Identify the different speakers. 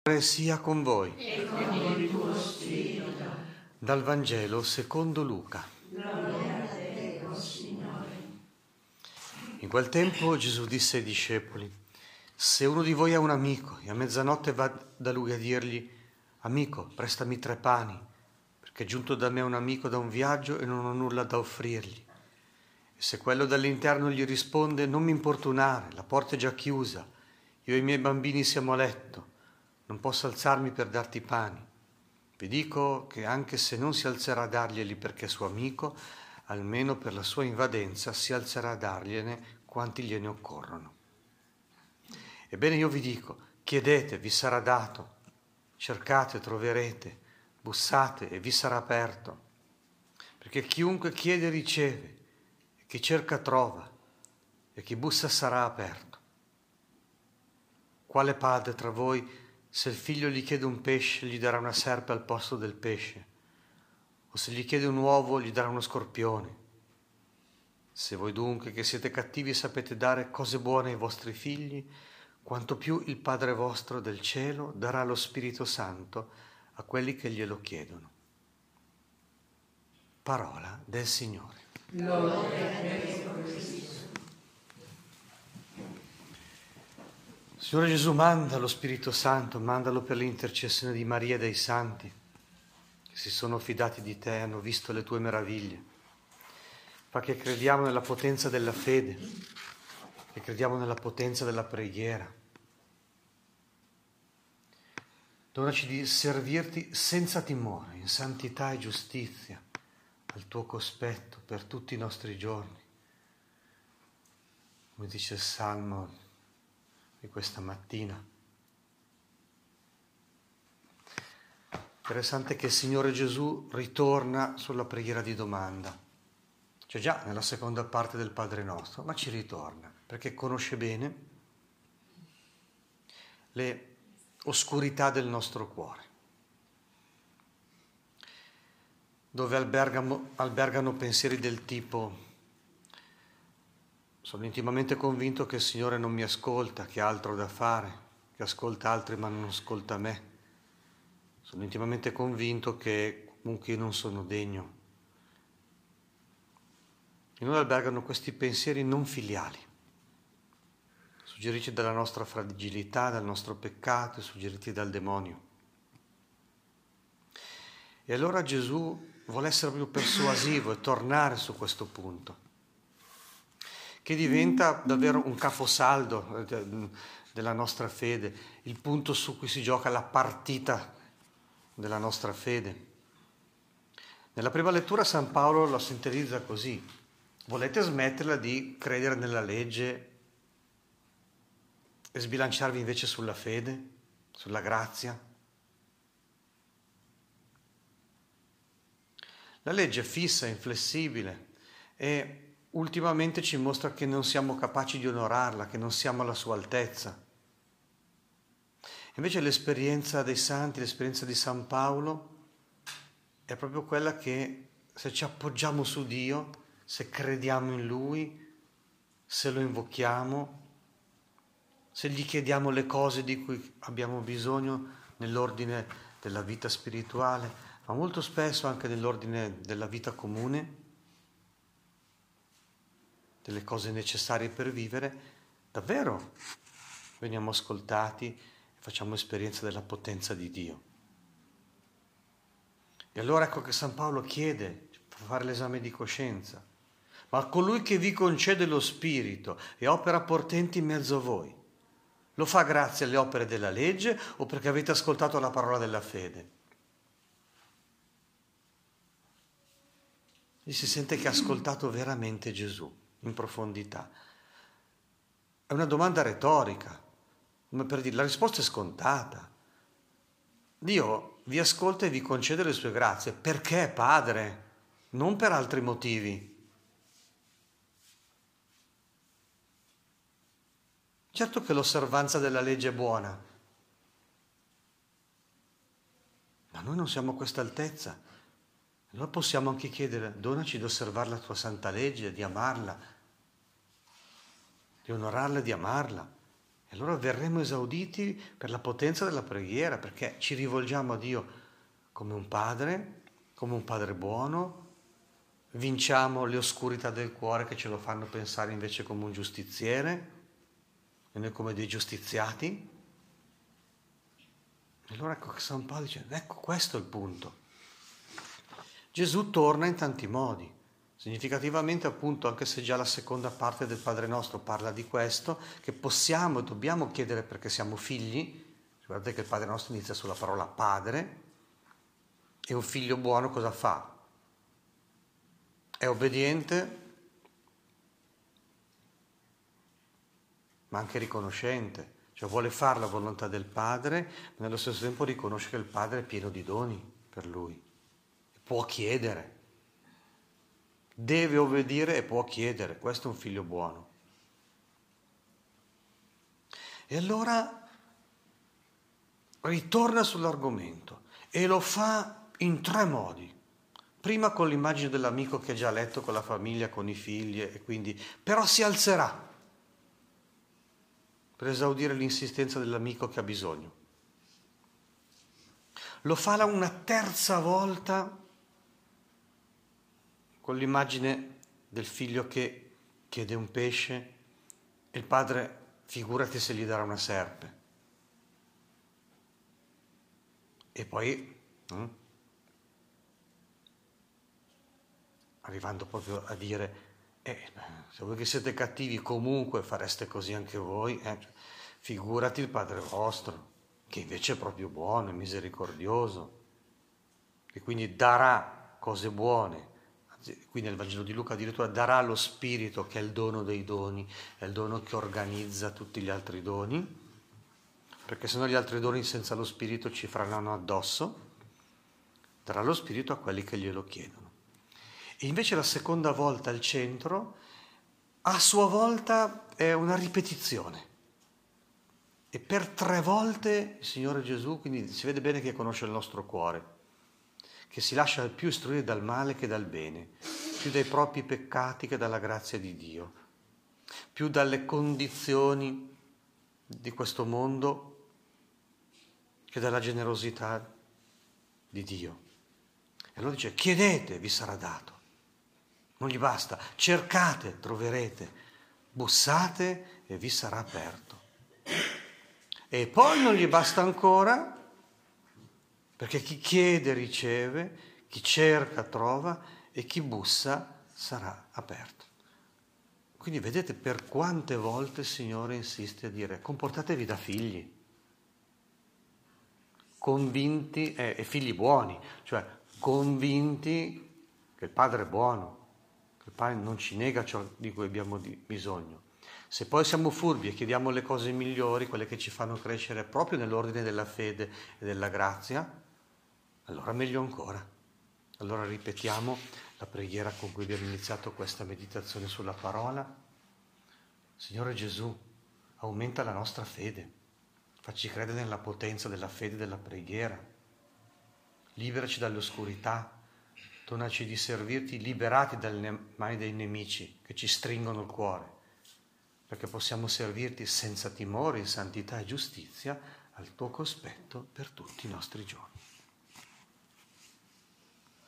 Speaker 1: Sia con voi.
Speaker 2: E con il tuo spirito.
Speaker 1: Dal Vangelo secondo Luca.
Speaker 2: Gloria a te, o Signore.
Speaker 1: In quel tempo Gesù disse ai discepoli: se uno di voi ha un amico e a mezzanotte va da lui a dirgli: amico, prestami 3 pani, perché è giunto da me un amico da un viaggio e non ho nulla da offrirgli. E se quello dall'interno gli risponde: non mi importunare, la porta è già chiusa, io e i miei bambini siamo a letto, non posso alzarmi per darti i pani. Vi dico che anche se non si alzerà a darglieli perché è suo amico, almeno per la sua invadenza si alzerà a dargliene quanti gliene occorrono. Ebbene io vi dico, chiedete, vi sarà dato, cercate, troverete, bussate e vi sarà aperto. Perché chiunque chiede riceve, e chi cerca trova, e chi bussa sarà aperto. Quale padre tra voi, se il figlio gli chiede un pesce, gli darà una serpe al posto del pesce? O se gli chiede un uovo, gli darà uno scorpione? Se voi dunque, che siete cattivi, sapete dare cose buone ai vostri figli, quanto più il Padre vostro del cielo darà lo Spirito Santo a quelli che glielo chiedono. Parola del Signore.
Speaker 2: Gloria a te, o Cristo.
Speaker 1: Signore Gesù, manda lo Spirito Santo, mandalo per l'intercessione di Maria e dei santi, che si sono fidati di te e hanno visto le tue meraviglie. Fa che crediamo nella potenza della fede, che crediamo nella potenza della preghiera. Donaci di servirti senza timore, in santità e giustizia, al tuo cospetto per tutti i nostri giorni. Come dice il Salmo di questa mattina. Interessante che il Signore Gesù ritorna sulla preghiera di domanda. Cioè già nella seconda parte del Padre Nostro, ma ci ritorna, perché conosce bene le oscurità del nostro cuore, dove albergano pensieri del tipo: sono intimamente convinto che il Signore non mi ascolta, che ha altro da fare, che ascolta altri ma non ascolta me. Sono intimamente convinto che comunque io non sono degno. In noi albergano questi pensieri non filiali, suggeriti dalla nostra fragilità, dal nostro peccato, suggeriti dal demonio. E allora Gesù vuole essere più persuasivo e tornare su questo punto, che diventa davvero un caposaldo della nostra fede, il punto su cui si gioca la partita della nostra fede. Nella prima lettura San Paolo lo sintetizza così: volete smetterla di credere nella legge e sbilanciarvi invece sulla fede, sulla grazia? La legge è fissa, inflessibile e ultimamente ci mostra che non siamo capaci di onorarla, che non siamo alla sua altezza. Invece l'esperienza dei santi, l'esperienza di San Paolo è proprio quella che, se ci appoggiamo su Dio, se crediamo in Lui, se lo invochiamo, se gli chiediamo le cose di cui abbiamo bisogno nell'ordine della vita spirituale, ma molto spesso anche nell'ordine della vita comune, delle cose necessarie per vivere, davvero veniamo ascoltati e facciamo esperienza della potenza di Dio. E allora ecco che San Paolo chiede, fa fare l'esame di coscienza: ma colui che vi concede lo Spirito e opera portenti in mezzo a voi, lo fa grazie alle opere della legge o perché avete ascoltato la parola della fede? E si sente che ha ascoltato veramente Gesù in profondità. È una domanda retorica, come per dire, la risposta è scontata. Dio vi ascolta e vi concede le sue grazie perché è Padre, non per altri motivi. Certo che l'osservanza della legge è buona, ma noi non siamo a questa altezza. Allora possiamo anche chiedere: donaci di osservare la tua santa legge, di amarla, di onorarla e di amarla. E allora verremo esauditi per la potenza della preghiera, perché ci rivolgiamo a Dio come un padre buono, vinciamo le oscurità del cuore che ce lo fanno pensare invece come un giustiziere, e noi come dei giustiziati. E allora ecco che San Paolo dice, ecco questo è il punto. Gesù torna in tanti modi, significativamente appunto, anche se già la seconda parte del Padre Nostro parla di questo, che possiamo e dobbiamo chiedere perché siamo figli. Guardate che il Padre Nostro inizia sulla parola padre, e un figlio buono cosa fa? È obbediente, ma anche riconoscente, cioè vuole fare la volontà del Padre, ma nello stesso tempo riconosce che il Padre è pieno di doni per lui, può chiedere, deve obbedire e può chiedere, questo è un figlio buono. E allora ritorna sull'argomento e lo fa in 3 modi. Prima con l'immagine dell'amico che ha già letto con la famiglia, con i figli, e quindi però si alzerà per esaudire l'insistenza dell'amico che ha bisogno. Lo fa una terza volta con l'immagine del figlio che chiede un pesce e il padre, figurati se gli darà una serpe. E poi, arrivando proprio a dire, se voi che siete cattivi comunque fareste così anche voi, figurati il Padre vostro, che invece è proprio buono e misericordioso, e quindi darà cose buone. Qui nel Vangelo di Luca addirittura darà lo Spirito, che è il dono dei doni, è il dono che organizza tutti gli altri doni, perché sennò gli altri doni senza lo Spirito ci franeranno addosso. Darà lo Spirito a quelli che glielo chiedono. E invece la seconda volta al centro, a sua volta, è una ripetizione. E per 3 volte il Signore Gesù, quindi si vede bene che conosce il nostro cuore, che si lascia più istruire dal male che dal bene, più dai propri peccati che dalla grazia di Dio, più dalle condizioni di questo mondo che dalla generosità di Dio. E allora dice, chiedete, vi sarà dato. Non gli basta, cercate, troverete, bussate e vi sarà aperto. E poi non gli basta ancora, perché chi chiede riceve, chi cerca trova e chi bussa sarà aperto. Quindi vedete per quante volte il Signore insiste a dire comportatevi da figli, convinti, e figli buoni, cioè convinti che il Padre è buono, che il Padre non ci nega ciò di cui abbiamo bisogno. Se poi siamo furbi e chiediamo le cose migliori, quelle che ci fanno crescere proprio nell'ordine della fede e della grazia, allora meglio ancora. Allora ripetiamo la preghiera con cui abbiamo iniziato questa meditazione sulla parola. Signore Gesù, aumenta la nostra fede, facci credere nella potenza della fede e della preghiera, liberaci dall'oscurità, donaci di servirti liberati dalle mani dei nemici che ci stringono il cuore, perché possiamo servirti senza timore, in santità e giustizia, al tuo cospetto per tutti i nostri giorni.